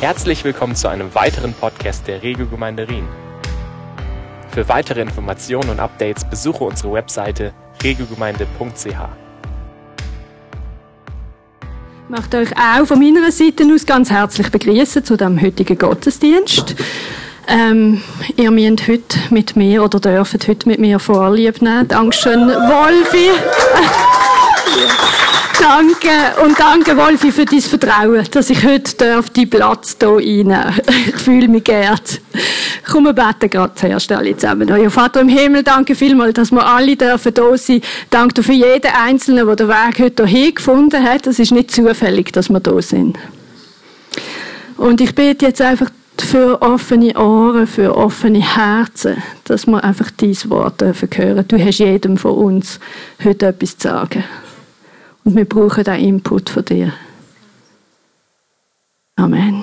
Herzlich willkommen zu einem weiteren Podcast der Regiogemeinde Rien. Für weitere Informationen und Updates besuche unsere Webseite regiogemeinde.ch. Ich möchte euch auch von meiner Seite aus ganz herzlich begrüßen zu dem heutigen Gottesdienst. Ihr müsst heute mit mir oder dürft heute mit mir Vorlieb nehmen. Dankeschön, Wolfi. Danke, Wolfi, für dein Vertrauen, dass ich heute deinen Platz hier einnehmen darf. Ich fühle mich geehrt. Komm, wir beten gerade zuerst alle zusammen. Euer Vater im Himmel, danke vielmals, dass wir alle hier sein dürfen. Danke für jeden Einzelnen, der den Weg heute hierhin gefunden hat. Es ist nicht zufällig, dass wir hier sind. Und ich bete jetzt einfach für offene Ohren, für offene Herzen, dass wir einfach dein Wort hören dürfen. Du hast jedem von uns heute etwas zu sagen. Und wir brauchen den Input von dir. Amen.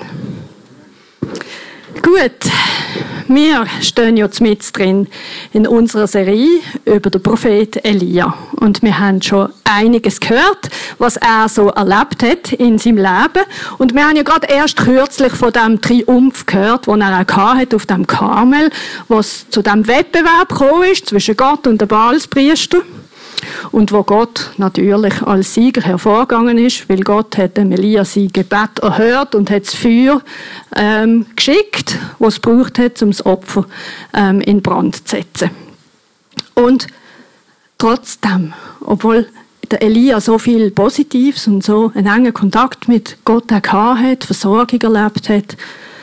Gut, wir stehen ja mit drin in unserer Serie über den Prophet Elia. Und wir haben schon einiges gehört, was er so erlebt hat in seinem Leben. Und wir haben ja gerade erst kürzlich von dem Triumph gehört, den er auch hatte auf dem Karmel, was zu dem Wettbewerb gekommen ist zwischen Gott und den Baalspriester. Und wo Gott natürlich als Sieger hervorgegangen ist, weil Gott hat dem Elia sein Gebet erhört und hat das Feuer geschickt, das es gebraucht hat, um das Opfer in Brand zu setzen. Und trotzdem, obwohl der Elia so viel Positives und so einen engen Kontakt mit Gott hat, Versorgung erlebt hat,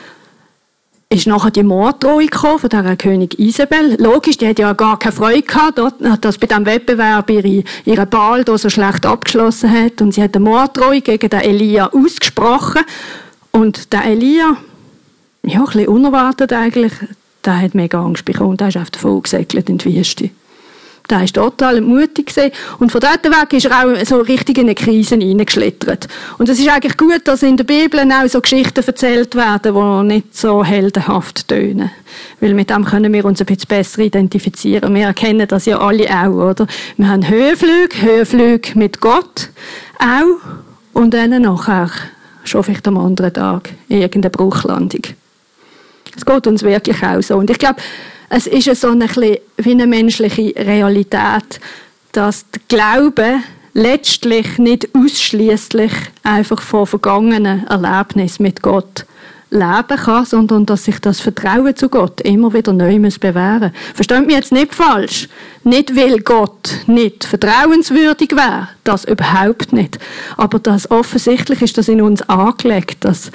ist nachher die Morddrohung gekommen von dieser König Isabel. Logisch, die hat ja gar keine Freude gehabt, dass bei diesem Wettbewerb ihre Baal da so schlecht abgeschlossen hat. Und sie hat eine Morddrohung gegen den Elia ausgesprochen. Und der Elia, ja, ein bisschen unerwartet eigentlich, der hat mega Angst bekommen. Der ist auf davon gesegelt in die Wüste. Der war total mutig gewesen. Und von dort weg ist er auch so richtig in eine Krise hineingeschlittert. Und es ist eigentlich gut, dass in der Bibel auch so Geschichten erzählt werden, die nicht so heldenhaft tönen. Weil mit dem können wir uns ein bisschen besser identifizieren. Wir erkennen das ja alle auch, oder? Wir haben Höhenflüge mit Gott auch. Und dann nachher, schon vielleicht am anderen Tag, irgendeine Bruchlandung. Es geht uns wirklich auch so. Und ich glaube, es ist so ein bisschen wie eine menschliche Realität, dass der Glaube letztlich nicht ausschließlich einfach von vergangenen Erlebnissen mit Gott leben kann, sondern dass sich das Vertrauen zu Gott immer wieder neu bewähren muss. Versteht mich jetzt nicht falsch. Nicht, weil Gott nicht vertrauenswürdig wäre, das überhaupt nicht. Aber das offensichtlich ist das in uns angelegt, dass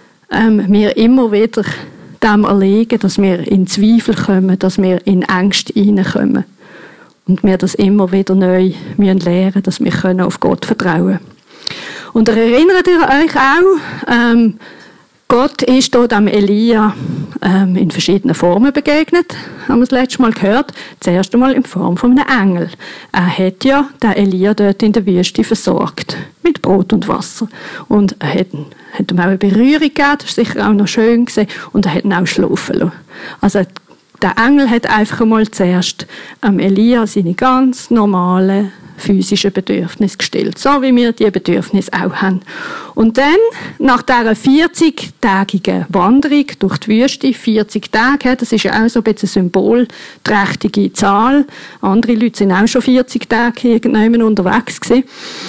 wir immer wieder dem erlegen, dass wir in Zweifel kommen, dass wir in Ängste hineinkommen. Und wir das immer wieder neu lernen müssen, dass wir auf Gott vertrauen können. Und erinnert ihr euch auch, Gott ist hier dem Elia in verschiedenen Formen begegnet, haben wir das letzte Mal gehört. Das erste Mal in Form von einem Engel. Er hat ja den Elia dort in der Wüste versorgt, mit Brot und Wasser. Und er hat ihm auch eine Berührung gegeben, das war sicher auch noch schön gewesen, und er hat ihn auch schlafen lassen. Also der Engel hat einfach einmal zuerst Elia seine ganz normalen physischen Bedürfnisse gestillt, so wie wir die Bedürfnisse auch haben. Und dann, nach dieser 40-tägigen Wanderung durch die Wüste, 40 Tage, das ist ja auch so ein bisschen eine symbolträchtige Zahl, andere Leute sind auch schon 40 Tage irgendwann unterwegs gewesen.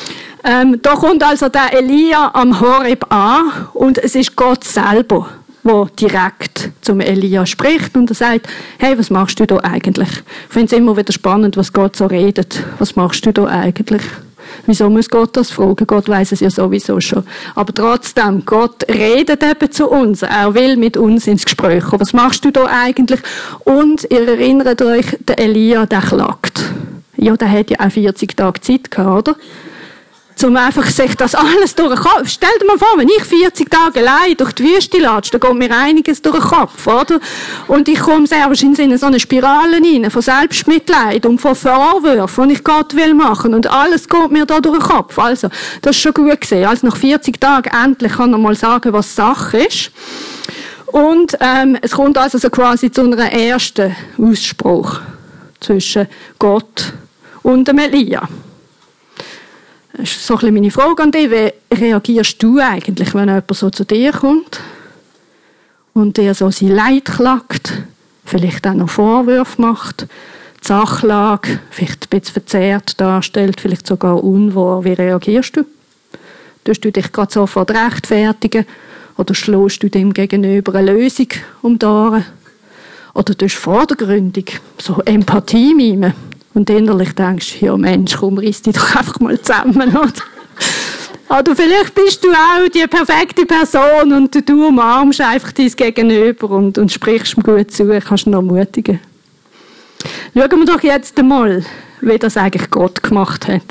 Da kommt also der Elia am Horeb an und es ist Gott selber, der direkt zum Elia spricht und er sagt, hey, was machst du da eigentlich? Ich finde es immer wieder spannend, was Gott so redet. Was machst du da eigentlich? Wieso muss Gott das fragen? Gott weiß es ja sowieso schon. Aber trotzdem, Gott redet eben zu uns. Er will mit uns ins Gespräch kommen. Was machst du da eigentlich? Und ihr erinnert euch, der Elia, der klagt. Ja, der hat ja auch 40 Tage Zeit gehabt, oder? Um einfach sich das alles durch den Kopf. Stell dir mal vor, wenn ich 40 Tage allein durch die Wüste latsche, dann geht mir einiges durch den Kopf, oder? Und ich komme sehr wahrscheinlich in so eine Spirale rein, von Selbstmitleid und von Vorwürfen, die ich Gott will machen. Und alles geht mir da durch den Kopf. Also, das ist schon gut gesehen. Also, nach 40 Tagen endlich kann er mal sagen, was Sache ist. Und, es kommt also so quasi zu einem ersten Ausspruch zwischen Gott und dem Elia. Das ist so ein bisschen meine Frage an dich. Wie reagierst du eigentlich, wenn jemand so zu dir kommt? und dir so sein Leid klagt, vielleicht auch noch Vorwürfe macht, die Sachlage vielleicht ein bisschen verzerrt darstellt, vielleicht sogar unwahr. Wie reagierst du? Tust du dich gerade sofort rechtfertigen oder schlägst du dem Gegenüber eine Lösung um die Ohren? Oder tust du vordergründig so Empathie mimen und innerlich denkst, ja Mensch, komm, reiss dich doch einfach mal zusammen. Oder vielleicht bist du auch die perfekte Person und du umarmst einfach dein Gegenüber und sprichst ihm gut zu, kannst ihn ermutigen. Schauen wir doch jetzt einmal, wie das eigentlich Gott gemacht hat.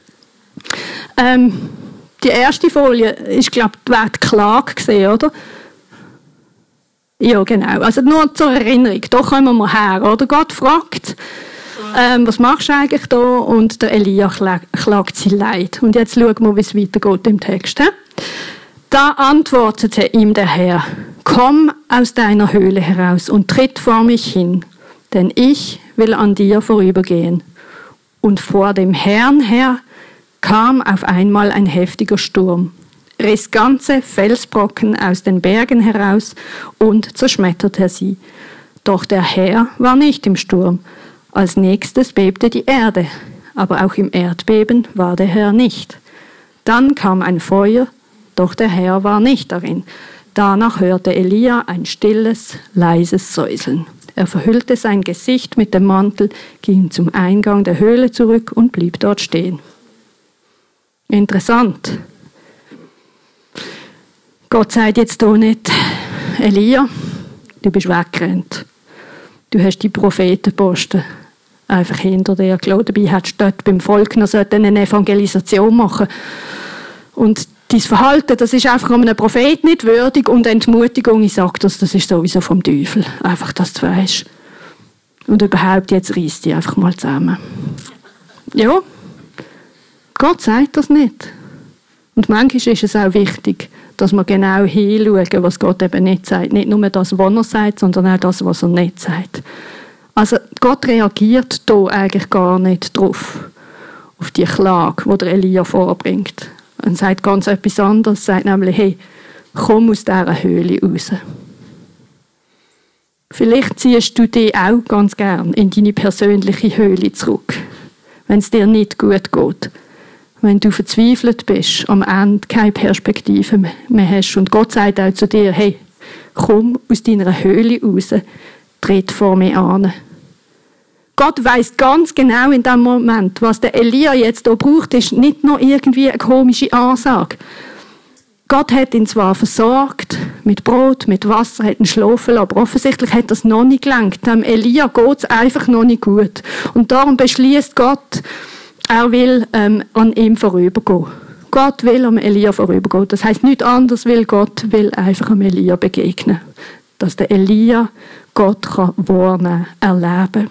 Die erste Folie ist, glaube ich, die Klage gesehen, oder? Ja, genau. Also nur zur Erinnerung, da kommen wir her, oder? Gott fragt, was machst du eigentlich da? Und der Elia klagt sein Leid. Und jetzt schauen wir, wie es weitergeht im Text. Da antwortete ihm der Herr, komm aus deiner Höhle heraus und tritt vor mich hin, denn ich will an dir vorübergehen. Und vor dem Herrn her kam auf einmal ein heftiger Sturm, riss ganze Felsbrocken aus den Bergen heraus und zerschmetterte sie. Doch der Herr war nicht im Sturm. Als nächstes bebte die Erde, aber auch im Erdbeben war der Herr nicht. Dann kam ein Feuer, doch der Herr war nicht darin. Danach hörte Elia ein stilles, leises Säuseln. Er verhüllte sein Gesicht mit dem Mantel, ging zum Eingang der Höhle zurück und blieb dort stehen. Interessant. Gott sagt jetzt hier nicht, Elia, du bist weggerannt. Du hast die Prophetenposten einfach hinter dir gelassen. Dabei hättest du dort beim Volk noch eine Evangelisation machen. Und dein Verhalten, das ist einfach einem Prophet nicht würdig und Entmutigung, ich sage das ist sowieso vom Teufel. Einfach, dass du weißt. Und überhaupt, jetzt reiss dich einfach mal zusammen. Ja, Gott sagt das nicht. Und manchmal ist es auch wichtig, dass wir genau hinschauen, was Gott eben nicht sagt. Nicht nur das, was er sagt, sondern auch das, was er nicht sagt. Also Gott reagiert hier eigentlich gar nicht drauf, auf die Klage, die der Elia vorbringt. Und sagt ganz etwas anderes, sagt nämlich, hey, komm aus dieser Höhle raus. Vielleicht ziehst du dich auch ganz gern in deine persönliche Höhle zurück, wenn es dir nicht gut geht. Wenn du verzweifelt bist, am Ende keine Perspektive mehr hast. Und Gott sagt auch zu dir, hey, komm aus deiner Höhle raus, tritt vor mir an. Gott weiss ganz genau in dem Moment, was der Elia jetzt hier braucht, ist nicht nur irgendwie eine komische Ansage. Gott hat ihn zwar versorgt, mit Brot, mit Wasser, hat ihn schlafen lassen, aber offensichtlich hat das noch nicht gelangt. Dem Elia geht es einfach noch nicht gut. Und darum beschließt Gott, er will an ihm vorübergehen. Gott will am Elia vorübergehen. Das heisst nichts anderes, weil Gott will einfach am Elia begegnen. Dass der Elia Gott wahrnehmen kann, erleben.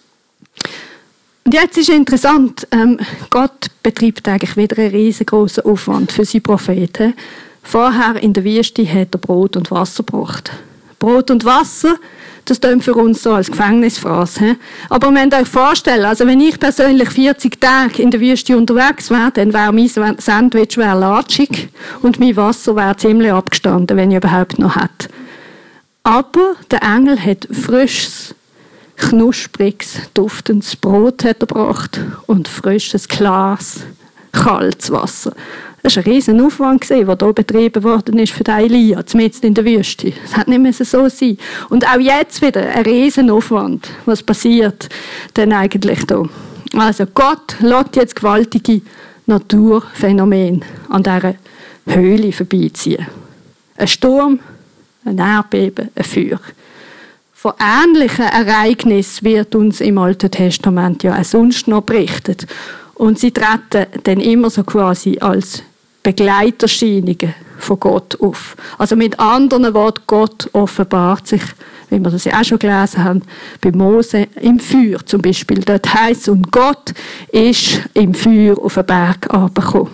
Und jetzt ist interessant, Gott betreibt eigentlich wieder einen riesengroßen Aufwand für seine Propheten. Vorher in der Wüste hat er Brot und Wasser gebracht. Brot und Wasser, das klingt für uns so als Gefängnisphrase. Aber man kann euch vorstellen, also wenn ich persönlich 40 Tage in der Wüste unterwegs wäre, dann wäre mein Sandwich latschig und mein Wasser wäre ziemlich abgestanden, wenn ich überhaupt noch hätte. Aber der Engel hat frisches, knuspriges, duftendes Brot hat er gebracht und frisches, klares, kaltes Wasser. Das war ein riesen Aufwand, der hier betrieben worden ist für den Elia, mitten in der Wüste. Das hätte nicht so sein müssen. Und auch jetzt wieder ein riesen Aufwand. Was passiert denn eigentlich da? Also Gott lässt jetzt gewaltige Naturphänomene an dieser Höhle vorbeiziehen. Ein Sturm, ein Erdbeben, ein Feuer. Von ähnlichen Ereignissen wird uns im Alten Testament ja auch sonst noch berichtet. Und sie treten dann immer so quasi als Begleiterscheinungen von Gott auf. Also mit anderen Worten, Gott offenbart sich, wie wir das ja auch schon gelesen haben, bei Mose im Feuer zum Beispiel. Dort heisst es, und Gott ist im Feuer auf den Berg herabgekommen.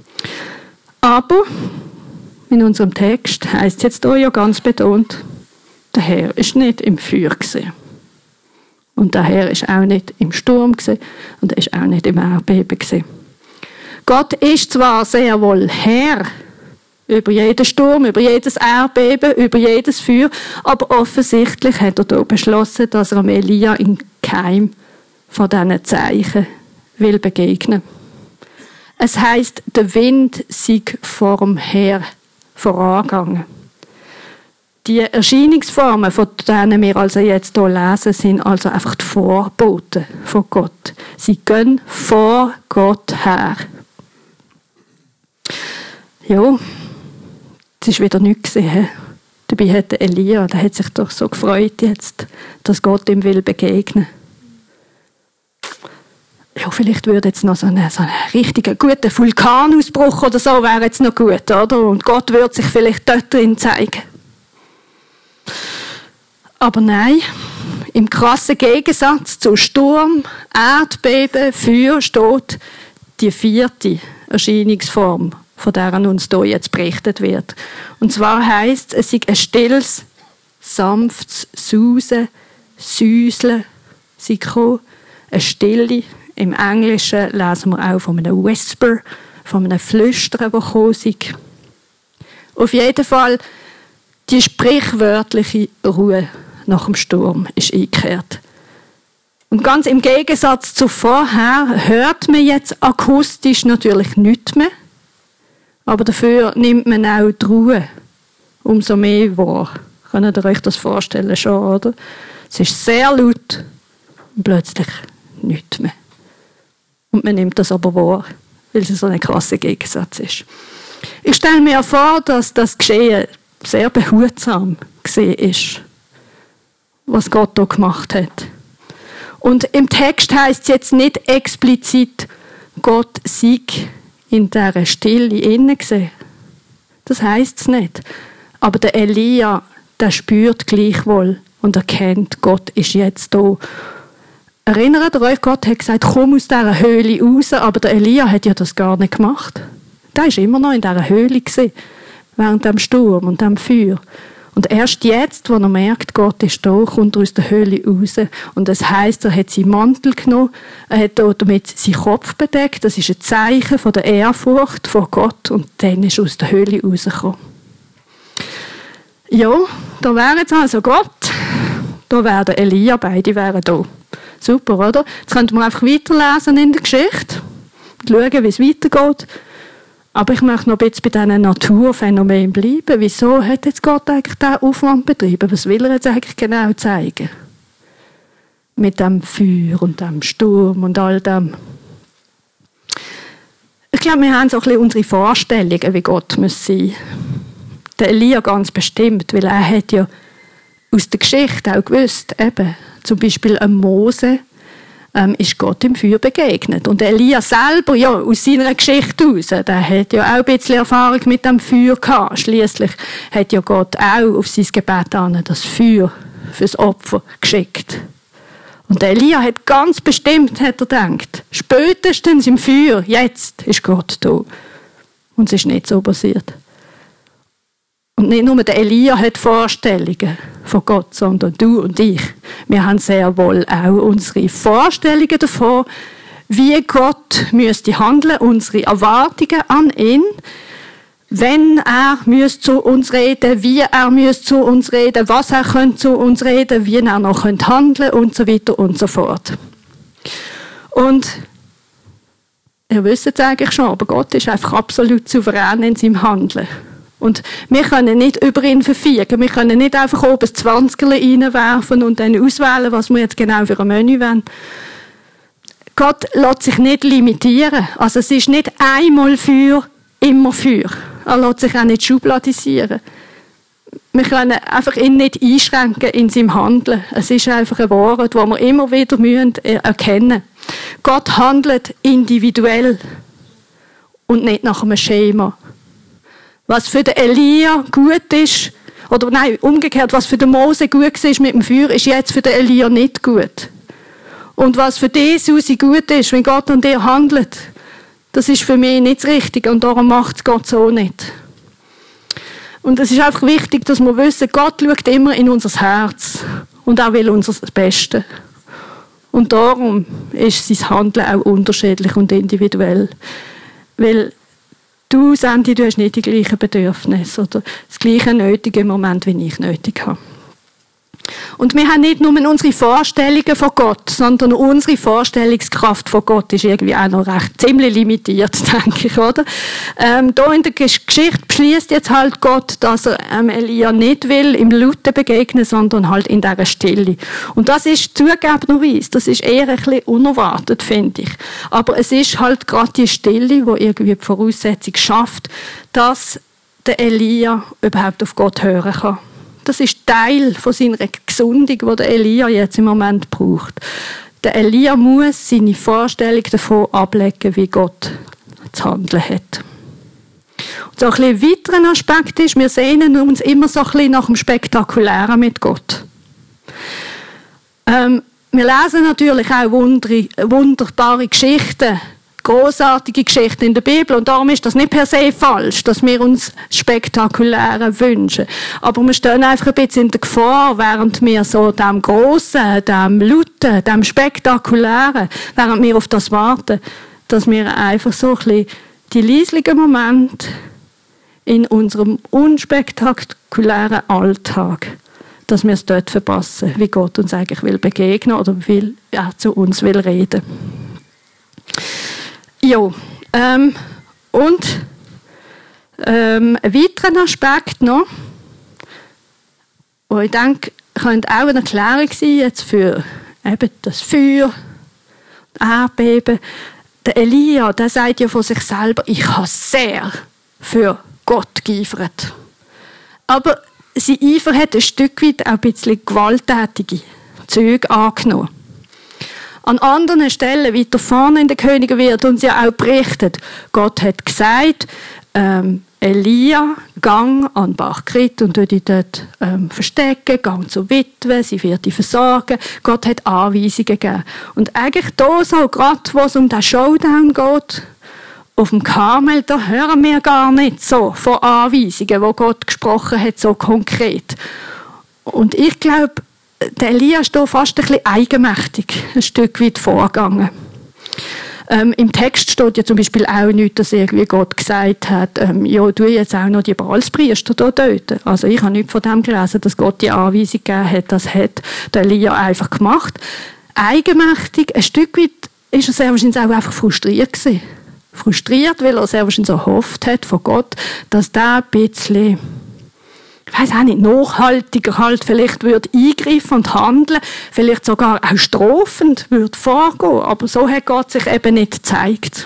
Aber in unserem Text heisst es jetzt hier ja ganz betont, der Herr ist nicht im Feuer gewesen. Und der Herr ist auch nicht im Sturm gewesen, und er ist auch nicht im Erdbeben gewesen. Gott ist zwar sehr wohl Herr über jeden Sturm, über jedes Erdbeben, über jedes Feuer. Aber offensichtlich hat er hier beschlossen, dass er am Elia im Geheim von diesen Zeichen will begegnen. Es heisst, der Wind sei vor dem Heer vorangegangen. Die Erscheinungsformen, von denen wir also jetzt hier lesen, sind also einfach die Vorboten von Gott. Sie gehen vor Gott her. Ja, es ist wieder nichts gesehen. Dabei hat Elia, der hat sich doch so gefreut jetzt, dass Gott ihm will begegnen. Ja, vielleicht würde jetzt noch so ein richtiger guter Vulkanausbruch oder so wäre jetzt noch gut, oder? Und Gott würde sich vielleicht dort drin zeigen. Aber nein, im krassen Gegensatz zu Sturm, Erdbeben, Feuer steht die 4. Erscheinungsform, von der uns hier jetzt berichtet wird. Und zwar heisst es sei ein stilles, sanftes Sausen, Säuseln, eine Stille. Im Englischen lesen wir auch von einem Whisper, von einem Flüstern, das gekommen ist. Auf jeden Fall, die sprichwörtliche Ruhe nach dem Sturm ist eingekehrt. Und ganz im Gegensatz zu vorher hört man jetzt akustisch natürlich nichts mehr, aber dafür nimmt man auch die Ruhe umso mehr wahr. Könnt ihr euch das vorstellen schon, oder? Es ist sehr laut und plötzlich nichts mehr. Und man nimmt das aber wahr, weil es so ein krasser Gegensatz ist. Ich stelle mir vor, dass das Geschehen sehr behutsam gesehen ist, was Gott hier gemacht hat. Und im Text heisst es jetzt nicht explizit, Gott sei in dieser Stille innen gesehen. Das heisst es nicht. Aber der Elia, der spürt gleichwohl und erkennt, Gott ist jetzt da. Erinnert ihr euch, Gott hat gesagt, komm aus dieser Höhle raus, aber der Elia hat ja das gar nicht gemacht. Der war immer noch in dieser Höhle gewesen, während dem Sturm und dem Feuer. Und erst jetzt, wo er merkt, Gott ist da, kommt er aus der Höhle raus. Und das heisst, er hat seinen Mantel genommen, er hat damit seinen Kopf bedeckt. Das ist ein Zeichen von der Ehrfurcht vor Gott. Und dann ist er aus der Höhle rausgekommen. Ja, da wäre jetzt also Gott, da wäre der Elia, beide wären da. Super, oder? Jetzt könnte man einfach weiterlesen in der Geschichte, schauen, wie es weitergeht. Aber ich möchte noch ein bisschen bei diesen Naturphänomenen bleiben. Wieso hat jetzt Gott eigentlich diesen Aufwand betrieben? Was will er jetzt eigentlich genau zeigen? Mit dem Feuer und dem Sturm und all dem. Ich glaube, wir haben so ein bisschen unsere Vorstellungen, wie Gott muss sein. Der Elia ganz bestimmt, weil er hat ja aus der Geschichte auch gewusst, eben, zum Beispiel am Mose ist Gott im Feuer begegnet. Und Elia selber, ja, aus seiner Geschichte heraus, der hat ja auch ein bisschen Erfahrung mit dem Feuer gehabt. Schliesslich hat ja Gott auch auf sein Gebet an das Feuer fürs Opfer geschickt. Und Elia hat ganz bestimmt, hat er gedacht, spätestens im Feuer, jetzt ist Gott da. Und es ist nicht so passiert. Und nicht nur der Elia hat Vorstellungen von Gott, sondern du und ich. Wir haben sehr wohl auch unsere Vorstellungen davon, wie Gott müsste handeln, unsere Erwartungen an ihn, wenn er müsste zu uns reden, wie er müsste zu uns reden, was er könnte zu uns reden, wie er noch handeln könnte und so weiter und so fort. Und ihr wisst es eigentlich schon, aber Gott ist einfach absolut souverän in seinem Handeln. Und wir können nicht über ihn verfügen. Wir können nicht einfach oben das 20er reinwerfen und dann auswählen, was wir jetzt genau für ein Menü wollen. Gott lässt sich nicht limitieren. Also es ist nicht einmal Feuer, immer Feuer. Er lässt sich auch nicht schubladisieren. Wir können einfach ihn nicht einschränken in seinem Handeln. Es ist einfach ein Wort, das wir immer wieder erkennen müssen. Gott handelt individuell und nicht nach einem Schema. Was für den Elia gut ist, oder nein, umgekehrt, was für den Mose gut war mit dem Feuer, ist jetzt für den Elia nicht gut. Und was für die Susi gut ist, wenn Gott an dir handelt, das ist für mich nicht das Richtige und darum macht es Gott so nicht. Und es ist einfach wichtig, dass wir wissen, Gott schaut immer in unser Herz und er will unser Bestes. Und darum ist sein Handeln auch unterschiedlich und individuell. Weil du, Sandy, du hast nicht die gleichen Bedürfnisse oder das gleiche nötige Moment, wie ich nötig habe. Und wir haben nicht nur unsere Vorstellungen von Gott, sondern unsere Vorstellungskraft von Gott ist irgendwie auch noch ziemlich limitiert, denke ich, oder? Da in der Geschichte beschließt jetzt halt Gott, dass er Elia nicht will im Lauten begegnen, sondern halt in dieser Stille. Und das ist zugegebenerweise, das ist eher ein bisschen unerwartet, finde ich. Aber es ist halt gerade die Stille, die irgendwie die Voraussetzung schafft, dass der Elia überhaupt auf Gott hören kann. Das ist Teil von seiner Gesundung, die der Elia jetzt im Moment braucht. Der Elia muss seine Vorstellung davon ablegen, wie Gott zu handeln hat. Und so ein weiterer Aspekt ist, wir sehnen uns immer so ein bisschen nach dem Spektakulären mit Gott. Wir lesen natürlich auch wunderbare Geschichten, großartige Geschichten in der Bibel, und darum ist das nicht per se falsch, dass wir uns Spektakuläre wünschen. Aber wir stehen einfach ein bisschen in der Gefahr, während wir so dem Grossen, dem Lauten, dem Spektakulären, während wir auf das warten, dass wir einfach so ein bisschen die leislichen Momente in unserem unspektakulären Alltag, dass wir es dort verpassen, wie Gott uns eigentlich will begegnen oder wie er zu uns will reden. Ja, ein weiterer Aspekt noch, wo ich denke, könnte auch eine Erklärung sein jetzt für eben das Feuer, das Erdbeben. Der Elia, der sagt ja von sich selber, ich habe sehr für Gott geeifert. Aber sein Eifer hat ein Stück weit auch ein bisschen gewalttätige Züge angenommen. An anderen Stellen, weiter vorne in der Könige, wird uns ja auch berichtet, Gott hat gesagt, Elia, gang an Bach Krit und dich dort verstecken, gang zur Witwe, sie wird dich versorgen. Gott hat Anweisungen gegeben. Und eigentlich da so, gerade wo es um den Showdown geht, auf dem Karmel, da hören wir gar nicht so von Anweisungen, wo Gott gesprochen hat, so konkret. Und ich glaube, der Elia ist da fast ein bisschen eigenmächtig, ein Stück weit vorgegangen. Im Text steht ja zum Beispiel auch nicht, dass irgendwie Gott gesagt hat, ja, tu jetzt auch noch die Baalspriester da töten. Also ich habe nicht von dem gelesen, dass Gott die Anweisung gegeben hat. Das hat der Elia einfach gemacht. Eigenmächtig, ein Stück weit ist er sehr wahrscheinlich auch einfach frustriert gewesen. Frustriert, weil er sehr wahrscheinlich so gehofft hat von Gott, dass der ein bisschen, ich weiss auch nicht, nachhaltiger halt vielleicht würde eingreifen und handeln, vielleicht sogar auch strafend würde vorgehen. Aber so hat Gott sich eben nicht gezeigt.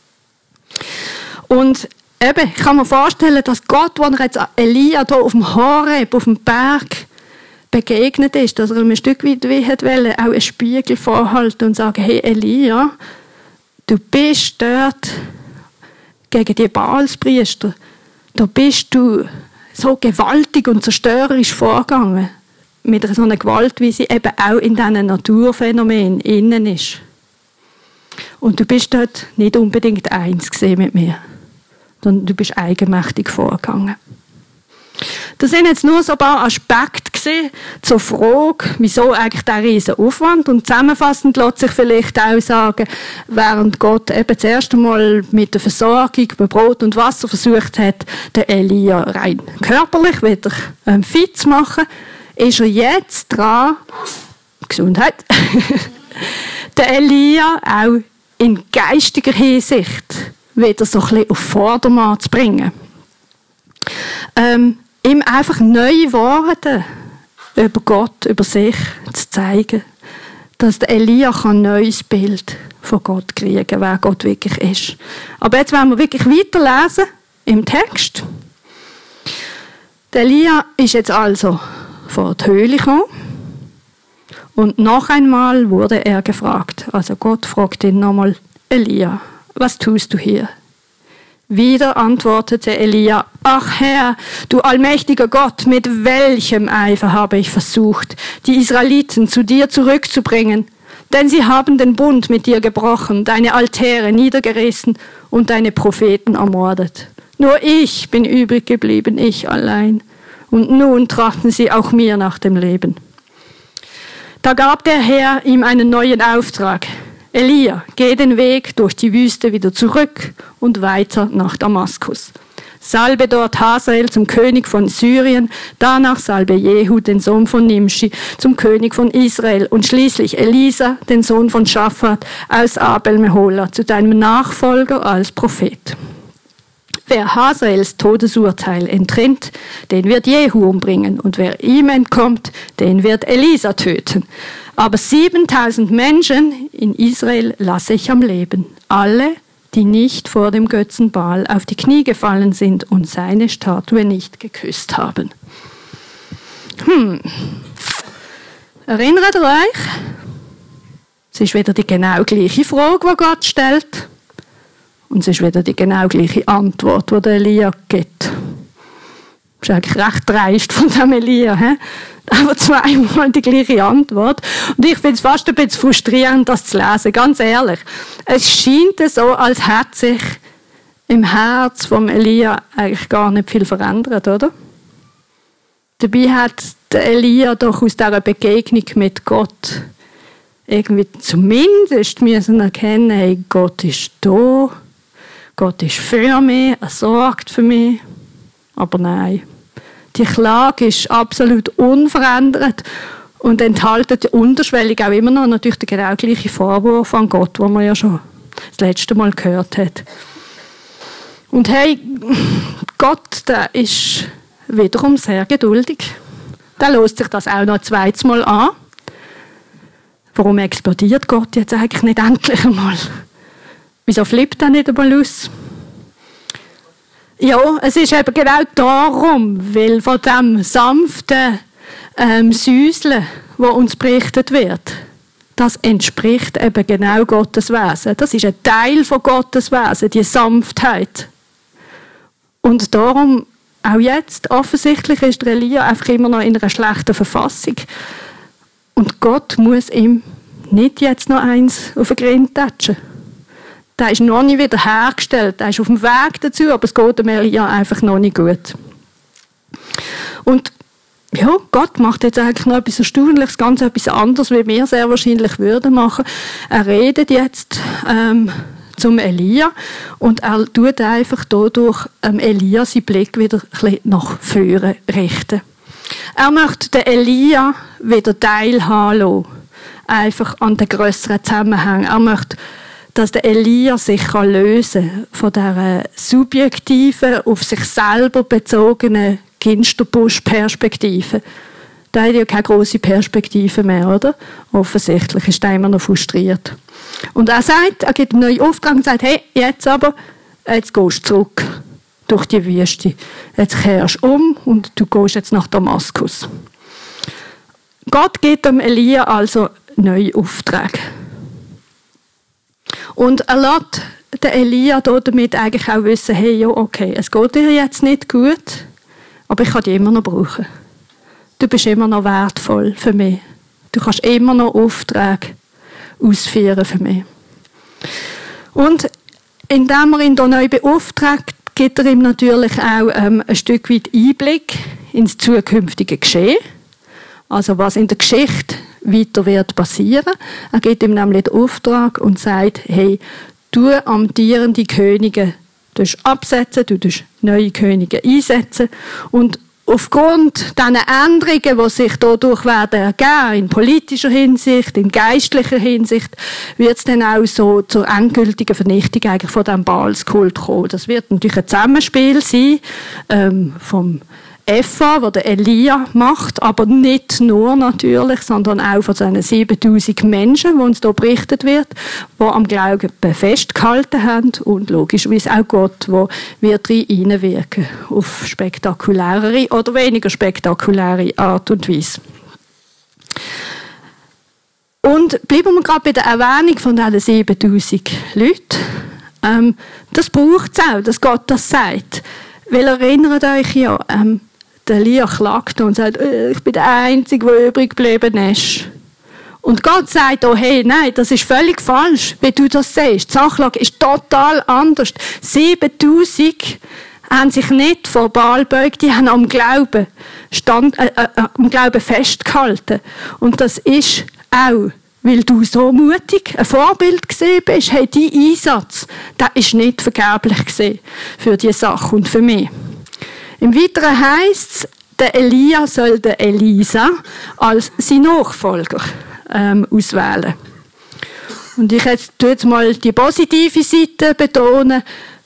Und eben, ich kann mir vorstellen, dass Gott, als er jetzt Elia hier auf dem Horeb, auf dem Berg begegnet ist, dass er ihm ein Stück weit wie hat wollen, auch einen Spiegel vorhalten und sagen, hey Elia, du bist dort gegen die Baalspriester, da bist du so gewaltig und zerstörerisch vorgegangen. Mit so einer Gewalt, wie sie eben auch in diesen Naturphänomenen innen ist. Und du bist dort nicht unbedingt eins gesehen mit mir, sondern du bist eigenmächtig vorgegangen. Das sind jetzt nur so ein paar Aspekte zur Frage, wieso eigentlich der riesen Aufwand. Und zusammenfassend lässt sich vielleicht auch sagen, während Gott eben das erste Mal mit der Versorgung bei Brot und Wasser versucht hat, den Elia rein körperlich wieder fit zu machen, ist er jetzt dran, Gesundheit, den Elia auch in geistiger Hinsicht wieder so ein bisschen auf Vordermann zu bringen. Ihm einfach neue Worte über Gott, über sich zu zeigen, dass der Elia ein neues Bild von Gott kriegen kann, wer Gott wirklich ist. Aber jetzt wollen wir wirklich weiterlesen im Text. Der Elia ist jetzt also vor die Höhle gekommen und noch einmal wurde er gefragt. Also Gott fragt ihn nochmal, Elia, was tust du hier? Wieder antwortete Elia, ach Herr, du allmächtiger Gott, mit welchem Eifer habe ich versucht, die Israeliten zu dir zurückzubringen? Denn sie haben den Bund mit dir gebrochen, deine Altäre niedergerissen und deine Propheten ermordet. Nur ich bin übrig geblieben, ich allein. Und nun trachten sie auch mir nach dem Leben. Da gab der Herr ihm einen neuen Auftrag. Elia, geh den Weg durch die Wüste wieder zurück und weiter nach Damaskus. Salbe dort Hazael zum König von Syrien, danach salbe Jehu, den Sohn von Nimschi, zum König von Israel und schließlich Elisa, den Sohn von Schaphat aus Abel-Mehola, zu deinem Nachfolger als Prophet. Wer Hazaels Todesurteil enttrinnt, den wird Jehu umbringen, und wer ihm entkommt, den wird Elisa töten. Aber 7000 Menschen in Israel lasse ich am Leben, alle, die nicht vor dem Götzen Baal auf die Knie gefallen sind und seine Statue nicht geküsst haben. Erinnert ihr euch? Es ist wieder die genau gleiche Frage, die Gott stellt. Und es ist wieder die genau gleiche Antwort, die Elia gibt. Das ist eigentlich recht dreist von dem Elia. Aber zweimal die gleiche Antwort. Und ich finde es fast ein bisschen frustrierend, das zu lesen, ganz ehrlich. Es scheint so, als hätte sich im Herz von Elia eigentlich gar nicht viel verändert, oder? Dabei hat der Elia doch aus dieser Begegnung mit Gott irgendwie zumindest müssen erkennen, hey, Gott ist da, Gott ist für mich, er sorgt für mich. Aber nein. Die Klage ist absolut unverändert und enthält unterschwellig auch immer noch natürlich den genau gleichen Vorwurf an Gott, den man ja schon das letzte Mal gehört hat. Und hey, Gott, der ist wiederum sehr geduldig. Der lässt sich das auch noch ein zweites Mal an. Warum explodiert Gott jetzt eigentlich nicht endlich einmal? Wieso flippt er nicht einmal aus? Ja, es ist eben genau darum, weil von dem sanften Säuseln, das uns berichtet wird, das entspricht eben genau Gottes Wesen. Das ist ein Teil von Gottes Wesen, die Sanftheit. Und darum, auch jetzt, offensichtlich ist Elia einfach immer noch in einer schlechten Verfassung. Und Gott muss ihm nicht jetzt noch eins auf den Grind tatschen. Der ist noch nicht wieder hergestellt, der ist auf dem Weg dazu, aber es geht dem Elia einfach noch nicht gut. Und ja, Gott macht jetzt eigentlich noch etwas Erstaunliches, ganz etwas anderes, wie wir sehr wahrscheinlich würden machen. Er redet jetzt zum Elia und er tut einfach dadurch Elia seinen Blick wieder ein bisschen nach vorne richten. Er möchte den Elia wieder teilhaben lassen, einfach an den grösseren Zusammenhang. Er möchte, dass der Elia sich lösen kann von dieser subjektiven, auf sich selber bezogenen Ginsterbusch-Perspektive. Der hat ja keine grosse Perspektive mehr, oder? Offensichtlich ist er immer noch frustriert. Und er sagt, er gibt einen neuen Auftrag und sagt, hey, jetzt gehst du zurück durch die Wüste. Jetzt kehrst du um und du gehst jetzt nach Damaskus. Gott gibt dem Elia also neue Aufträge. Und er lässt den Elia damit eigentlich auch wissen, hey, ja, okay, es geht dir jetzt nicht gut, aber ich kann dich immer noch brauchen. Du bist immer noch wertvoll für mich. Du kannst immer noch Aufträge ausführen für mich. Und indem er ihn da neu beauftragt, gibt er ihm natürlich auch ein Stück weit Einblick ins zukünftige Geschehen. Also was in der Geschichte weiter wird passieren. Er gibt ihm nämlich den Auftrag und sagt, hey, du amtierende Könige absetzen, du neue Könige einsetzen und aufgrund dieser Änderungen, die sich dadurch werden ergeben, in politischer Hinsicht, in geistlicher Hinsicht, wird es dann auch so zur endgültigen Vernichtung eigentlich von diesem Baalskult kommen. Das wird natürlich ein Zusammenspiel sein vom Epha, was der Elia macht, aber nicht nur natürlich, sondern auch von seinen 7000 Menschen, die uns hier berichtet wird, die am Glauben festgehalten haben und logischerweise auch Gott, der wird reinwirken auf spektakulärere oder weniger spektakuläre Art und Weise. Und bleiben wir gerade bei der Erwähnung von diesen 7000 Leuten. Das braucht es auch, dass Gott das sagt. Weil erinnert euch ja, der Elia klagt und sagt, ich bin der Einzige, der übrig geblieben ist. Und Gott sagt, oh hey, nein, das ist völlig falsch, wie du das siehst. Die Sachlage ist total anders. 7000 haben sich nicht vor Baal gebeugt, die haben am Glauben festgehalten. Und das ist auch weil du so mutig ein Vorbild gesehen bist. Hey, dein Einsatz, der ist nicht vergeblich gesehen für diese Sache und für mich. Im Weiteren heisst es, der Elia soll den Elisa als sein Nachfolger auswählen. Und ich tue jetzt mal die positive Seite betonen.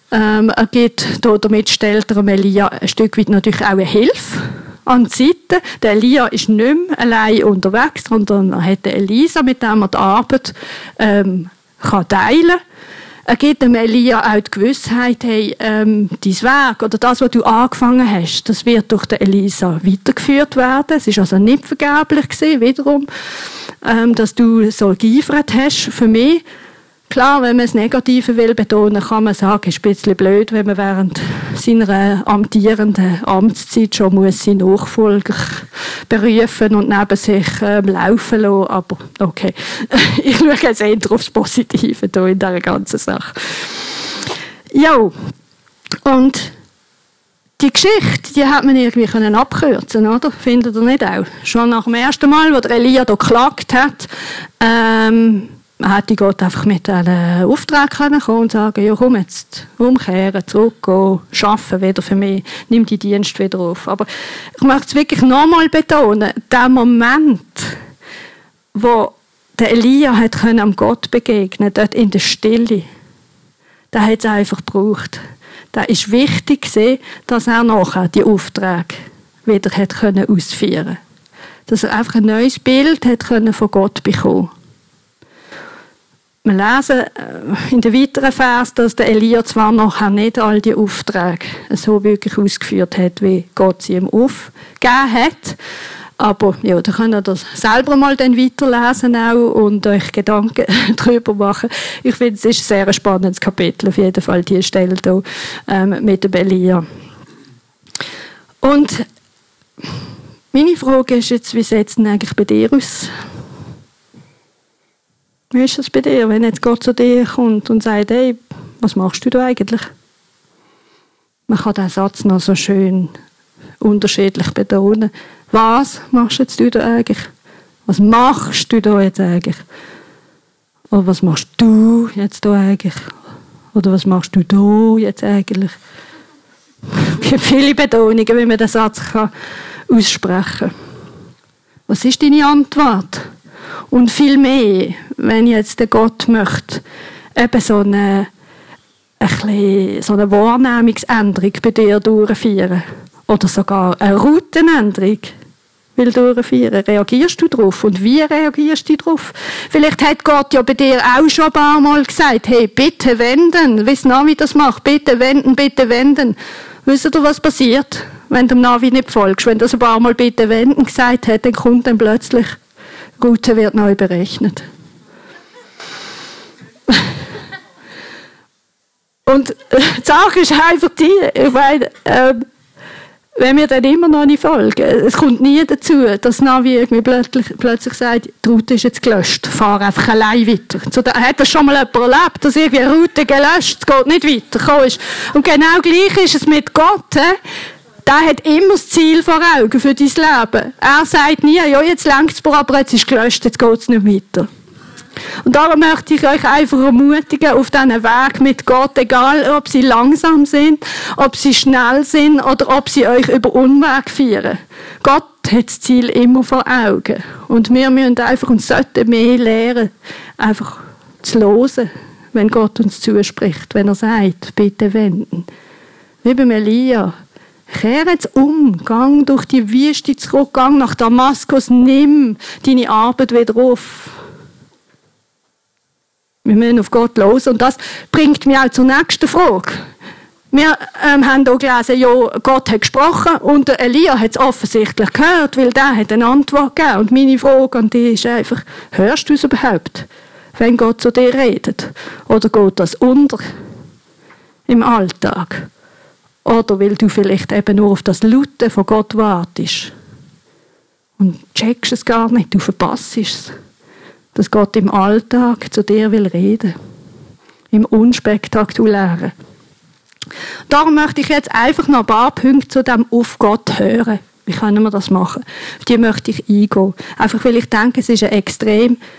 Damit stellt er dem Elia ein Stück weit natürlich auch eine Hilfe an die Seite. Der Elia ist nicht mehr allein unterwegs, sondern er hat Elisa, mit dem er die Arbeit kann teilen. Er gibt dem Elia auch die Gewissheit, hey, dein Werk oder das, was du angefangen hast, das wird durch den Elisa weitergeführt werden. Es ist also nicht vergeblich gewesen, wiederum, dass du so geeifert hast für mich. Klar, wenn man das Negative will betonen, kann man sagen, es ist ein bisschen blöd, wenn man während seiner amtierenden Amtszeit schon muss seinen Nachfolger berufen und neben sich laufen lassen. Aber okay, ich schaue jetzt eher auf das Positive hier in dieser ganzen Sache. Ja, und die Geschichte, die hat man irgendwie abkürzen, oder? Findet ihr nicht auch? Schon nach dem ersten Mal, wo der Elia hier geklagt hat, hätte Gott einfach mit einem Auftrag kommen und sagen, ja komm jetzt, umkehren, zurückgehen, arbeiten wieder für mich, nimm die Dienst wieder auf. Aber ich möchte es wirklich nochmal betonen, der Moment, wo der Elia hat am Gott begegnen, dort in der Stille, der hat es einfach gebraucht. Da ist wichtig gewesen, dass er nachher die Aufträge wieder hat ausführen konnte. Dass er einfach ein neues Bild hat von Gott bekommen. Wir lesen in den weiteren Vers, dass der Elia zwar nachher nicht all die Aufträge so wirklich ausgeführt hat, wie Gott sie ihm aufgegeben hat. Aber ja, da könnt ihr das selber mal dann weiterlesen auch und euch Gedanken darüber machen. Ich finde, es ist ein sehr spannendes Kapitel, auf jeden Fall, die Stelle hier mit dem Elia. Und meine Frage ist jetzt, wie sieht es denn eigentlich bei dir aus? Wie ist es bei dir, wenn jetzt Gott zu dir kommt und sagt, hey, was machst du da eigentlich? Man kann diesen Satz noch so schön unterschiedlich betonen. Was machst jetzt du da eigentlich? Was machst du da jetzt eigentlich? Oder was machst du jetzt da eigentlich? Oder was machst du da jetzt eigentlich? Es gibt viele Betonungen, wie man den Satz aussprechen kann. Was ist deine Antwort? Und viel mehr, wenn jetzt der Gott möchte, eben so eine Wahrnehmungsänderung bei dir durchführen oder sogar eine Routenänderung will durchführen, reagierst du darauf? Und wie reagierst du darauf? Vielleicht hat Gott ja bei dir auch schon ein paar Mal gesagt, hey, bitte wenden, wie das Navi das macht, bitte wenden, bitte wenden. Wisst ihr, was passiert, wenn du dem Navi nicht folgst? Wenn das ein paar Mal bitte wenden gesagt hat, dann kommt dann plötzlich Route wird neu berechnet. Und die Sache ist einfach die, ich meine, wenn wir dann immer noch nicht folgen, es kommt nie dazu, dass Navi irgendwie plötzlich sagt, die Route ist jetzt gelöscht, fahr einfach allein weiter. So, da hat das schon mal jemand erlebt, dass irgendwie eine Route gelöscht, es geht nicht weiter. Und genau gleich ist es mit Gott. Der hat immer das Ziel vor Augen für dein Leben. Er sagt nie, ja, jetzt lenkt es, aber jetzt ist es gelöscht, jetzt geht es nicht weiter. Und darum möchte ich euch einfach ermutigen, auf diesen Weg mit Gott, egal ob sie langsam sind, ob sie schnell sind oder ob sie euch über Unweg führen. Gott hat das Ziel immer vor Augen. Und wir müssen einfach und sollten mehr lernen, einfach zu hören, wenn Gott uns zuspricht, wenn er sagt, bitte wenden. Wie beim Elia. Kehr jetzt um, gang durch die Wüste zurück, gang nach Damaskus, nimm deine Arbeit wieder auf. Wir müssen auf Gott los. Und das bringt mich auch zur nächsten Frage. Wir haben hier gelesen, ja, Gott hat gesprochen und der Elia hat es offensichtlich gehört, weil der hat eine Antwort gegeben. Und meine Frage an dich ist einfach, hörst du es überhaupt, wenn Gott zu dir redet? Oder geht das unter im Alltag? Oder weil du vielleicht eben nur auf das Lauten von Gott wartest und checkst es gar nicht, du verpasst es, dass Gott im Alltag zu dir will reden, im Unspektakulären. Darum möchte ich jetzt einfach noch ein paar Punkte zu dem auf Gott hören. Wie können wir das machen? Auf die möchte ich eingehen. Einfach weil ich denke, es ist ein extrem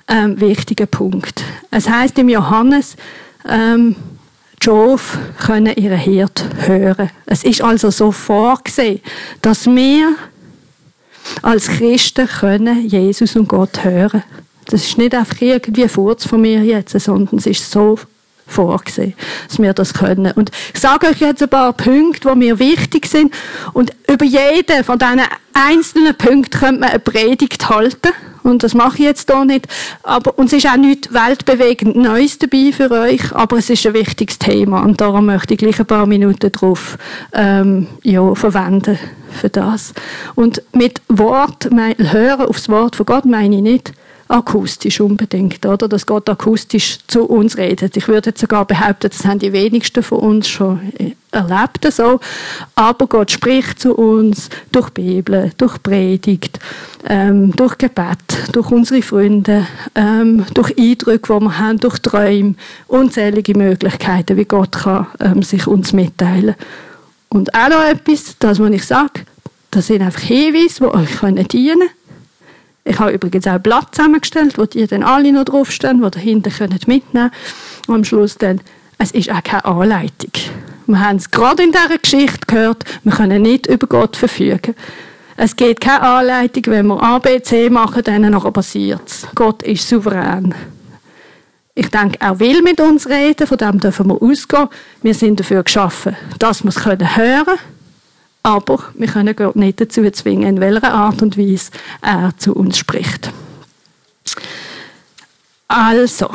wichtiger Punkt. Es heißt im Johannes, die Schafe können ihren Hirt hören. Es ist also so vorgesehen, dass wir als Christen können Jesus und Gott hören. Das ist nicht einfach irgendwie ein Furz von mir jetzt, sondern es ist so vorgesehen, dass wir das können. Und ich sage euch jetzt ein paar Punkte, die mir wichtig sind. Und über jeden von diesen einzelnen Punkten könnte man eine Predigt halten. Und das mache ich jetzt hier nicht. Aber uns ist auch nichts weltbewegend Neues dabei für euch, aber es ist ein wichtiges Thema. Und darum möchte ich gleich ein paar Minuten darauf verwenden für das. Und mit Wort, Hören aufs Wort von Gott meine ich nicht akustisch unbedingt, oder? Dass Gott akustisch zu uns redet. Ich würde jetzt sogar behaupten, das haben die wenigsten von uns schon erlebt so. Aber Gott spricht zu uns durch Bibel, durch Predigt, durch Gebet, durch unsere Freunde, durch Eindrücke, die wir haben, durch Träume, unzählige Möglichkeiten, wie Gott kann sich uns mitteilen. Und auch noch etwas, das, was ich sage, das sind einfach Hinweise, die euch dienen können. Ich habe übrigens auch ein Blatt zusammengestellt, wo die dann alle noch draufstehen, die dahinter mitnehmen können. Und am Schluss dann, es ist auch keine Anleitung. Wir haben es gerade in dieser Geschichte gehört, wir können nicht über Gott verfügen. Es geht keine Anleitung, wenn wir A, B, C machen, dann nachher passiert es. Gott ist souverän. Ich denke, er will mit uns reden, von dem dürfen wir ausgehen. Wir sind dafür geschaffen, dass wir es hören können. Aber wir können Gott nicht dazu zwingen, in welcher Art und Weise er zu uns spricht. Also,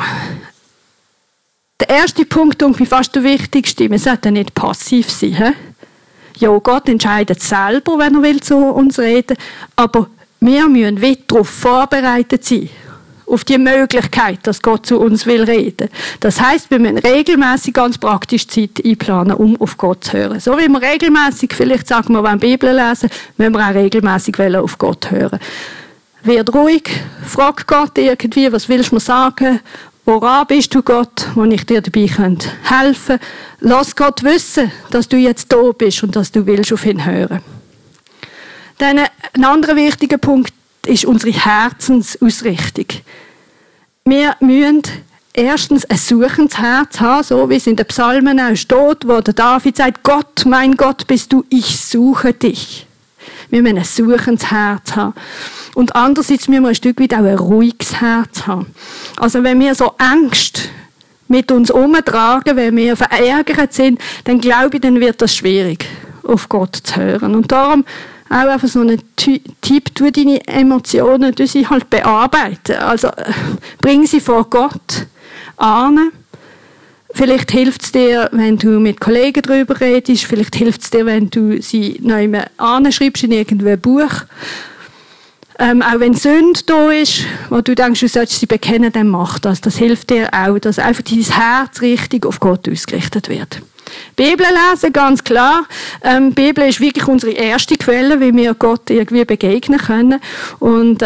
der erste Punkt, und fast der wichtigste, wir sollten nicht passiv sein. He? Ja, Gott entscheidet selber, wenn er will zu uns reden, aber wir müssen wieder darauf vorbereitet sein. Auf die Möglichkeit, dass Gott zu uns will reden. Das heisst, wir müssen regelmäßig ganz praktisch Zeit einplanen, um auf Gott zu hören. So wie wir regelmäßig, vielleicht sagen wir, wenn wir Bibel lesen, müssen wir auch regelmäßig auf Gott hören. Werd ruhig, frag Gott irgendwie, was willst du mir sagen? Woran bist du, Gott, wo ich dir dabei helfen kann? Lass Gott wissen, dass du jetzt da bist und dass du willst auf ihn hören. Dann ein anderer wichtiger Punkt ist unsere Herzensausrichtung. Wir müssen erstens ein suchendes Herz haben, so wie es in den Psalmen auch steht, wo der David sagt, Gott, mein Gott bist du, ich suche dich. Wir müssen ein suchendes Herz haben. Und andererseits müssen wir ein Stück weit auch ein ruhiges Herz haben. Also wenn wir so Angst mit uns umtragen, wenn wir verärgert sind, dann glaube ich, dann wird das schwierig, auf Gott zu hören. Und darum auch einfach so ein Tipp, tu deine Emotionen, du sie halt bearbeiten. Also bring sie vor Gott an. Vielleicht hilft es dir, wenn du mit Kollegen darüber redest. Vielleicht hilft es dir, wenn du sie neu anschreibst in irgendeinem Buch. Auch wenn Sünde da ist, wo du denkst, du solltest sie bekennen, dann mach das. Das hilft dir auch, dass einfach dein Herz richtig auf Gott ausgerichtet wird. Bibel lesen, ganz klar. Die Bibel ist wirklich unsere erste Quelle, wie wir Gott irgendwie begegnen können. Und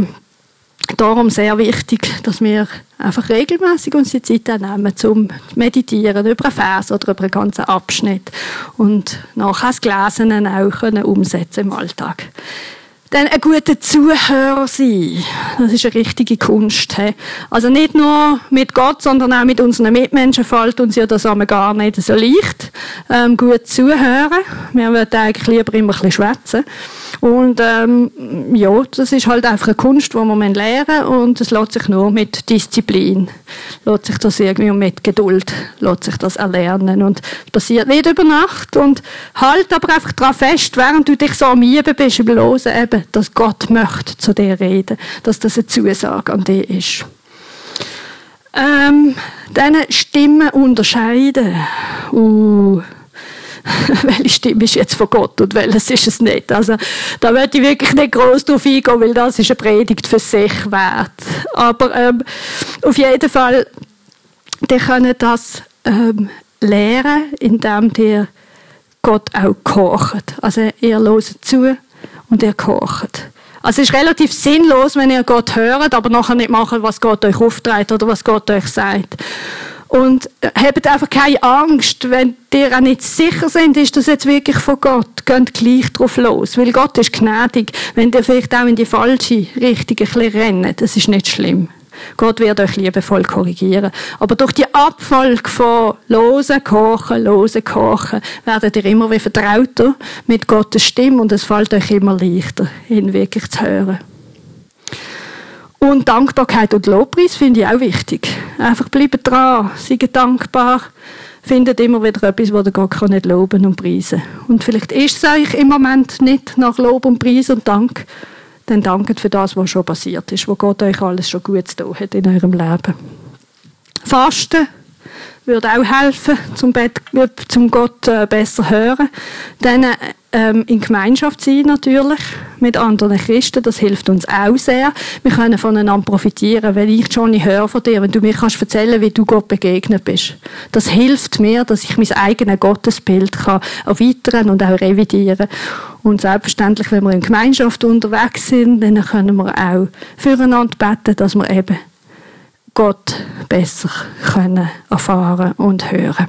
darum sehr wichtig, dass wir einfach regelmäßig uns die Zeit nehmen, zum Meditieren über einen Vers oder über einen ganzen Abschnitt und nachher das Gelesene auch umsetzen im Alltag. Dann ein guter Zuhörer sein. Das ist eine richtige Kunst. Also nicht nur mit Gott, sondern auch mit unseren Mitmenschen fällt uns ja das gar nicht so leicht. Gut zuhören. Wir würden eigentlich lieber immer ein bisschen schwätzen. Und ja, das ist halt einfach eine Kunst, die man lernen muss. Und es lässt sich nur mit Disziplin, lässt sich das irgendwie mit Geduld, lässt sich das erlernen. Und es passiert nicht über Nacht. Und halt aber einfach daran fest, während du dich so am Üben bist, im Losen eben, dass Gott möchte zu dir reden, dass das eine Zusage an dich ist. Dann Stimmen unterscheiden. Welche Stimme ist jetzt von Gott und welches ist es nicht? Also, da möchte ich wirklich nicht gross drauf eingehen, weil das ist eine Predigt für sich wert. Aber auf jeden Fall, ihr könnt das lernen, indem ihr Gott auch gehorcht. Also, ihr hört zu und ihr gehorcht. Also es ist relativ sinnlos, wenn ihr Gott hört, aber nachher nicht machen, was Gott euch aufträgt oder was Gott euch sagt. Und habt einfach keine Angst, wenn ihr auch nicht sicher seid, ist das jetzt wirklich von Gott. Geht gleich drauf los, weil Gott ist gnädig. Wenn ihr vielleicht auch in die falsche Richtung ein bisschen rennt, das ist nicht schlimm. Gott wird euch liebevoll korrigieren. Aber durch die Abfolge von losen Gehorchen, werdet ihr immer wie vertrauter mit Gottes Stimme und es fällt euch immer leichter, ihn wirklich zu hören. Und Dankbarkeit und Lobpreis finde ich auch wichtig. Einfach bleiben dran, seid dankbar, findet immer wieder etwas, wo ihr Gott nicht loben und preisen kann. Und vielleicht ist es euch im Moment nicht nach Lob und Preis und Dank, dann danket für das, was schon passiert ist, wo Gott euch alles schon gut getan hat in eurem Leben. Fasten würde auch helfen, zum Gott besser hören. Dann in Gemeinschaft sein natürlich, mit anderen Christen, das hilft uns auch sehr. Wir können voneinander profitieren, wenn ich Johnny höre von dir, wenn du mir kannst erzählen, wie du Gott begegnet bist. Das hilft mir, dass ich mein eigenes Gottesbild kann erweitern und auch revidieren. Und selbstverständlich, wenn wir in Gemeinschaft unterwegs sind, dann können wir auch füreinander beten, dass wir eben Gott besser können erfahren und hören.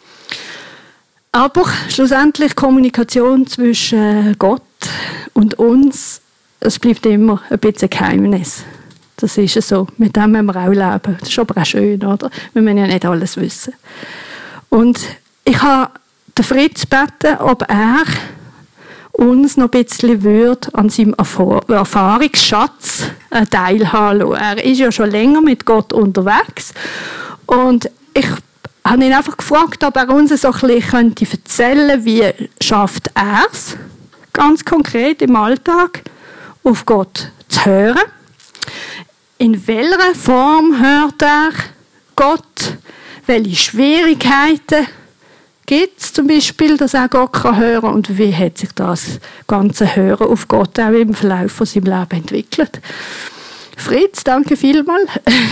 Aber schlussendlich Kommunikation zwischen Gott und uns, es bleibt immer ein bisschen Geheimnis. Das ist ja so. Mit dem müssen wir auch leben. Das ist aber auch schön, oder? Wir müssen ja nicht alles wissen. Und ich habe den Fritz gebeten, ob er uns noch ein bisschen an seinem Erfahrungsschatz teilhaben lassen. Er ist ja schon länger mit Gott unterwegs. Und ich habe ihn einfach gefragt, ob er uns so ein bisschen erzählen könnte, wie schafft er es, ganz konkret im Alltag, auf Gott zu hören. In welcher Form hört er Gott? Welche Schwierigkeiten gibt es zum Beispiel, dass er Gott hören kann? Und wie hat sich das ganze Hören auf Gott auch im Verlauf von seinem Leben entwickelt? Fritz, danke vielmals.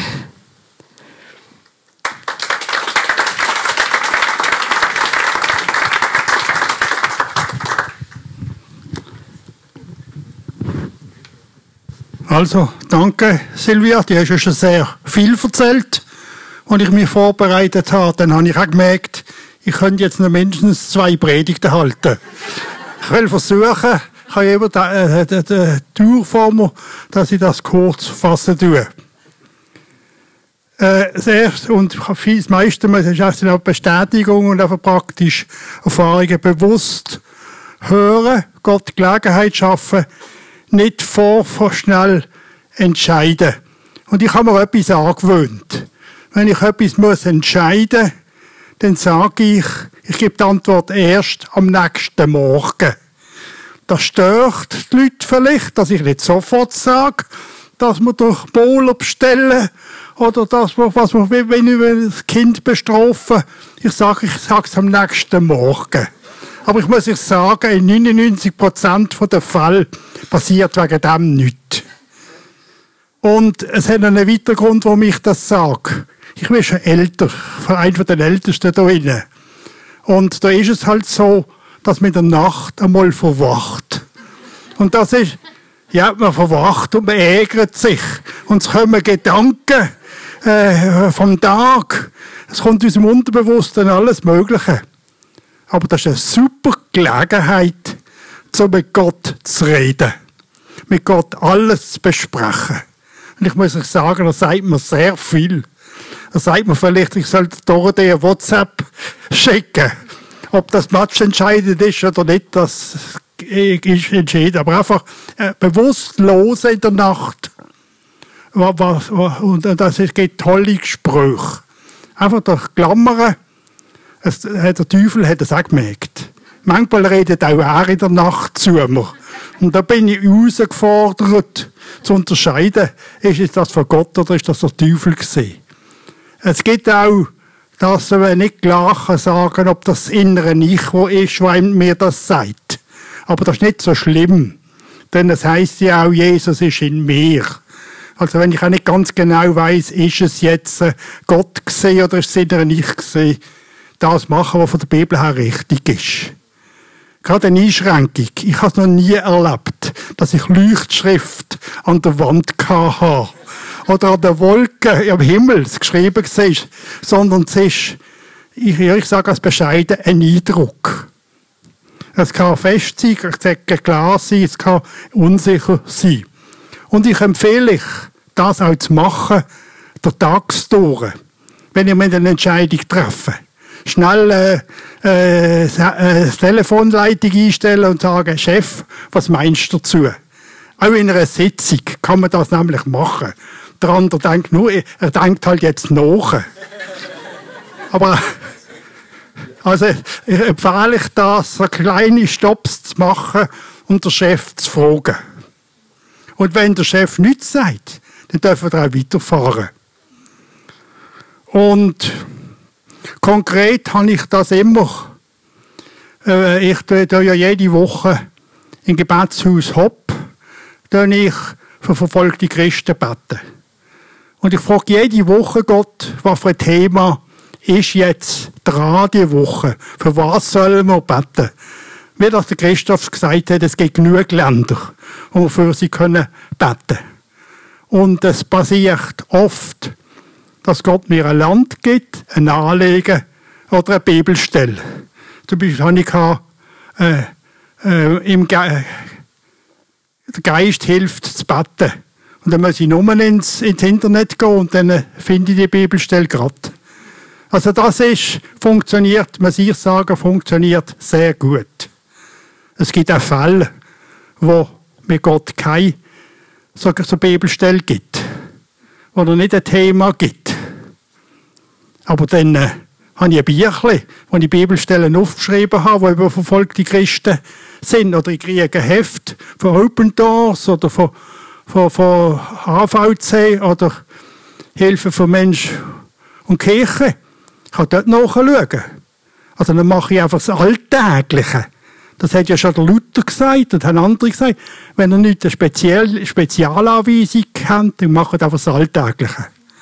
Also, danke Silvia, du hast ja schon sehr viel erzählt, als ich mich vorbereitet habe. Dann habe ich auch gemerkt, ich könnte jetzt noch mindestens 2 Predigten halten. Ich will versuchen, ich habe immer die Tourformel, dass ich das kurz fassen tue. Das erste und das meiste ist auch Bestätigung und einfach praktisch Erfahrungen bewusst hören, Gott Gelegenheit schaffen, nicht schnell entscheiden. Und ich habe mir etwas angewöhnt. Wenn ich etwas entscheiden muss, dann sage ich gebe die Antwort erst am nächsten Morgen. Das stört die Leute vielleicht, dass ich nicht sofort sage, dass wir durch Bowler bestellen oder das, was wir, wenn wir das Kind bestrafen. Ich sage es am nächsten Morgen. Aber ich muss euch sagen, in 99% der Fälle passiert wegen dem nichts. Und es hat einen weiteren Grund, warum ich das sage. Ich bin schon älter, einer der Ältesten da drinnen. Und da ist es halt so, dass man in der Nacht einmal verwacht. Und das ist, ja, man verwacht und man ärgert sich. Und es kommen Gedanken vom Tag. Es kommt aus dem Unterbewusstsein alles Mögliche. Aber das ist eine super Gelegenheit, mit Gott zu reden. Mit Gott alles zu besprechen. Und ich muss euch sagen, da sagt man sehr viel. Da sagt man vielleicht, ich sollte Dorothee eine WhatsApp schicken. Ob das Match entscheidend ist oder nicht, das ist entschieden. Aber einfach bewusst los in der Nacht. Und es gibt tolle Gespräche. Einfach durch Klammern. Der Teufel hat es auch gemerkt. Manchmal redet auch er in der Nacht zu mir. Und da bin ich herausgefordert, zu unterscheiden, ist das von Gott oder ist das der Teufel gewesen. Es gibt auch, dass man nicht klar sagen kann, ob das innere Ich wo ist, was mir das sagt. Aber das ist nicht so schlimm. Denn es heisst ja auch, Jesus ist in mir. Also wenn ich auch nicht ganz genau weiss, ist es jetzt Gott gewesen oder ist es innere Ich gewesen, das machen, was von der Bibel her richtig ist. Gerade eine Einschränkung. Ich habe es noch nie erlebt, dass ich Leuchtschrift an der Wand hatte. Oder an der Wolke am Himmel geschrieben war. Sondern es ist, ich sage als bescheiden, ein Eindruck. Es kann fest sein, es kann klar sein, es kann unsicher sein. Und ich empfehle euch, das auch zu machen, der Tagsdauer, wenn ich eine Entscheidung treffe. Schnell Telefonleitung einstellen und sagen, Chef, was meinst du dazu? Auch in einer Sitzung kann man das nämlich machen. Der andere denkt nur, er denkt halt jetzt nach. Aber also ich empfehle ich das, so kleine Stopps zu machen und den Chef zu fragen. Und wenn der Chef nichts sagt, dann dürfen wir auch weiterfahren. Und konkret habe ich das immer. Ich tue ja jede Woche im Gebetshaus Hopp, ich für verfolgte Christen beten. Und ich frage jede Woche Gott, was für ein Thema ist jetzt dran diese Woche? Für was sollen wir beten? Wie das der Christoph gesagt hat, es gibt genug Länder, wo wir für sie beten können. Und es passiert oft, dass Gott mir ein Land gibt, ein Anliegen oder eine Bibelstelle. Zum Beispiel habe ich der Geist hilft zu beten. Und dann muss ich nur ins Internet gehen und dann finde ich die Bibelstelle gerade. Also das funktioniert, muss ich sagen, funktioniert sehr gut. Es gibt auch Fälle, wo mir Gott keine so Bibelstelle gibt, wo er nicht ein Thema gibt. Aber dann habe ich ein Büchlein, wo ich Bibelstellen aufgeschrieben habe, die über verfolgte Christen sind. Oder ich kriege ein Heft von Open Doors oder von HVC oder Hilfe für Menschen und Kirche. Ich kann dort nachschauen. Also dann mache ich einfach das Alltägliche. Das hat ja schon der Luther gesagt und haben andere gesagt. Wenn ihr nicht eine Spezialanweisung habt, dann macht einfach das Alltägliche.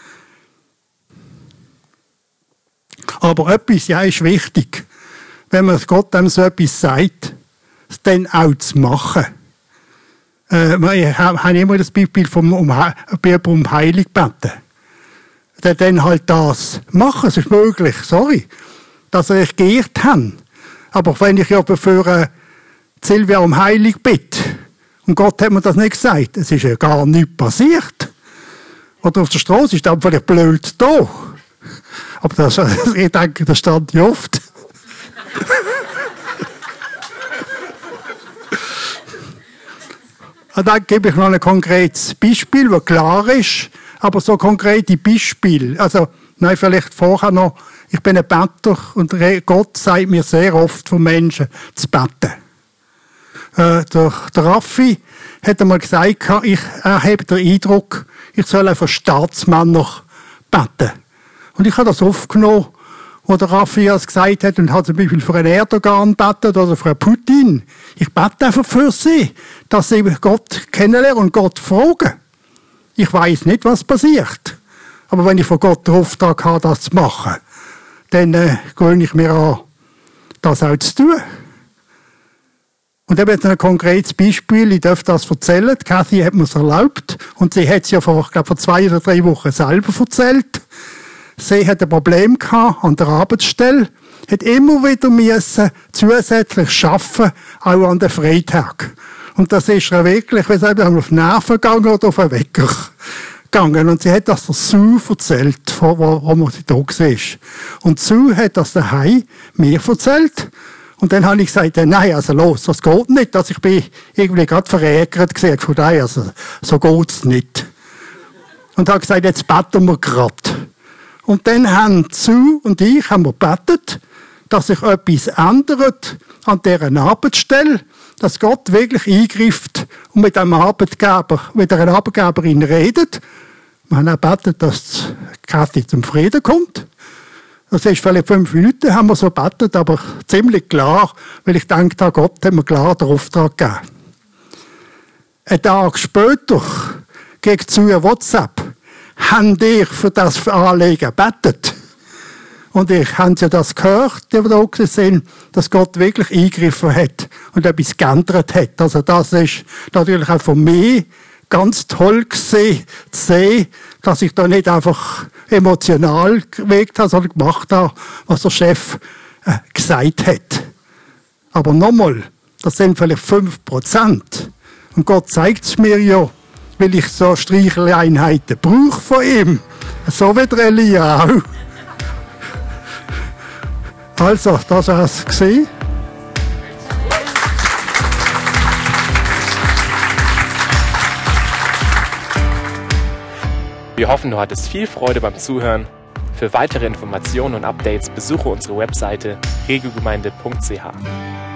Aber etwas ja, ist wichtig. Wenn man Gott einem so etwas sagt, es dann auch zu machen. Ich habe immer das Beispiel um Heilung beten. Dann halt das machen, es ist möglich, sorry, dass ihr euch geirrt habt. Aber wenn ich ja für Silvia um Heilung bitte, und Gott hat mir das nicht gesagt, es ist ja gar nichts passiert. Oder auf der Straße ist dann vielleicht blöd da. Aber das, ich denke, das stand ja oft. Und dann gebe ich noch ein konkretes Beispiel, das klar ist, aber so konkrete Beispiele. Also, nein, vielleicht vorher noch, ich bin ein Better und Gott sagt mir sehr oft von Menschen zu beten. Der Raffi hat einmal gesagt, er hat den Eindruck, ich soll für Staatsmänner beten. Und ich habe das aufgenommen, wo der Raffi das gesagt hat und hat zum Beispiel für einen Erdogan betet oder für einen Putin. Ich bete einfach für sie, dass sie Gott kennenlernen und Gott fragen. Ich weiß nicht, was passiert. Aber wenn ich von Gott den Auftrag habe, das zu machen, dann gewöhne ich mir an, das auch zu tun. Und eben ein konkretes Beispiel, ich darf das erzählen. Kathy hat mir es erlaubt und sie hat es ja vor 2 oder 3 Wochen selber erzählt. Sie hat ein Problem gehabt an der Arbeitsstelle, hat immer wieder müssen zusätzlich arbeiten, auch an den Freitag. Und das ist ihr wirklich, wie sagt man, auf Nerven gegangen oder auf den Wecker gegangen. Und sie hat das der Sue erzählt, wo sie da war. Und Sue hat das daheim mir erzählt. Und dann habe ich gesagt, nein, also los, das geht nicht. Also ich bin irgendwie gerade verärgert gewesen. Von daher, also so geht's nicht. Und habe gesagt, jetzt beten wir gerade. Und dann haben Sue und ich gebetet, dass sich etwas ändert an dieser Arbeitsstelle, dass Gott wirklich eingreift und mit einem Arbeitgeber, mit einer Arbeitgeberin redet. Wir haben auch gebetet, dass Kathy zum Frieden kommt. Das ist vielleicht 5 Minuten, haben wir so gebetet, aber ziemlich klar, weil ich gedacht habe, Gott hat mir klar den Auftrag gegeben. Einen Tag später, gegen zu WhatsApp, haben dich für das Anliegen gebetet. Und ich habe ja das gehört, die da gesehen, dass Gott wirklich eingegriffen hat und etwas geändert hat. Also das ist natürlich auch von mir ganz toll gewesen, zu sehen, dass ich da nicht einfach emotional gewirkt habe, sondern gemacht habe, was der Chef gesagt hat. Aber nochmal, das sind vielleicht 5%. Und Gott zeigt es mir ja, weil ich so Streicheleinheiten brauche von ihm. So wie der Elia auch. Also, das war es gewesen. Wir hoffen, du hattest viel Freude beim Zuhören. Für weitere Informationen und Updates besuche unsere Webseite regiogemeinde.ch.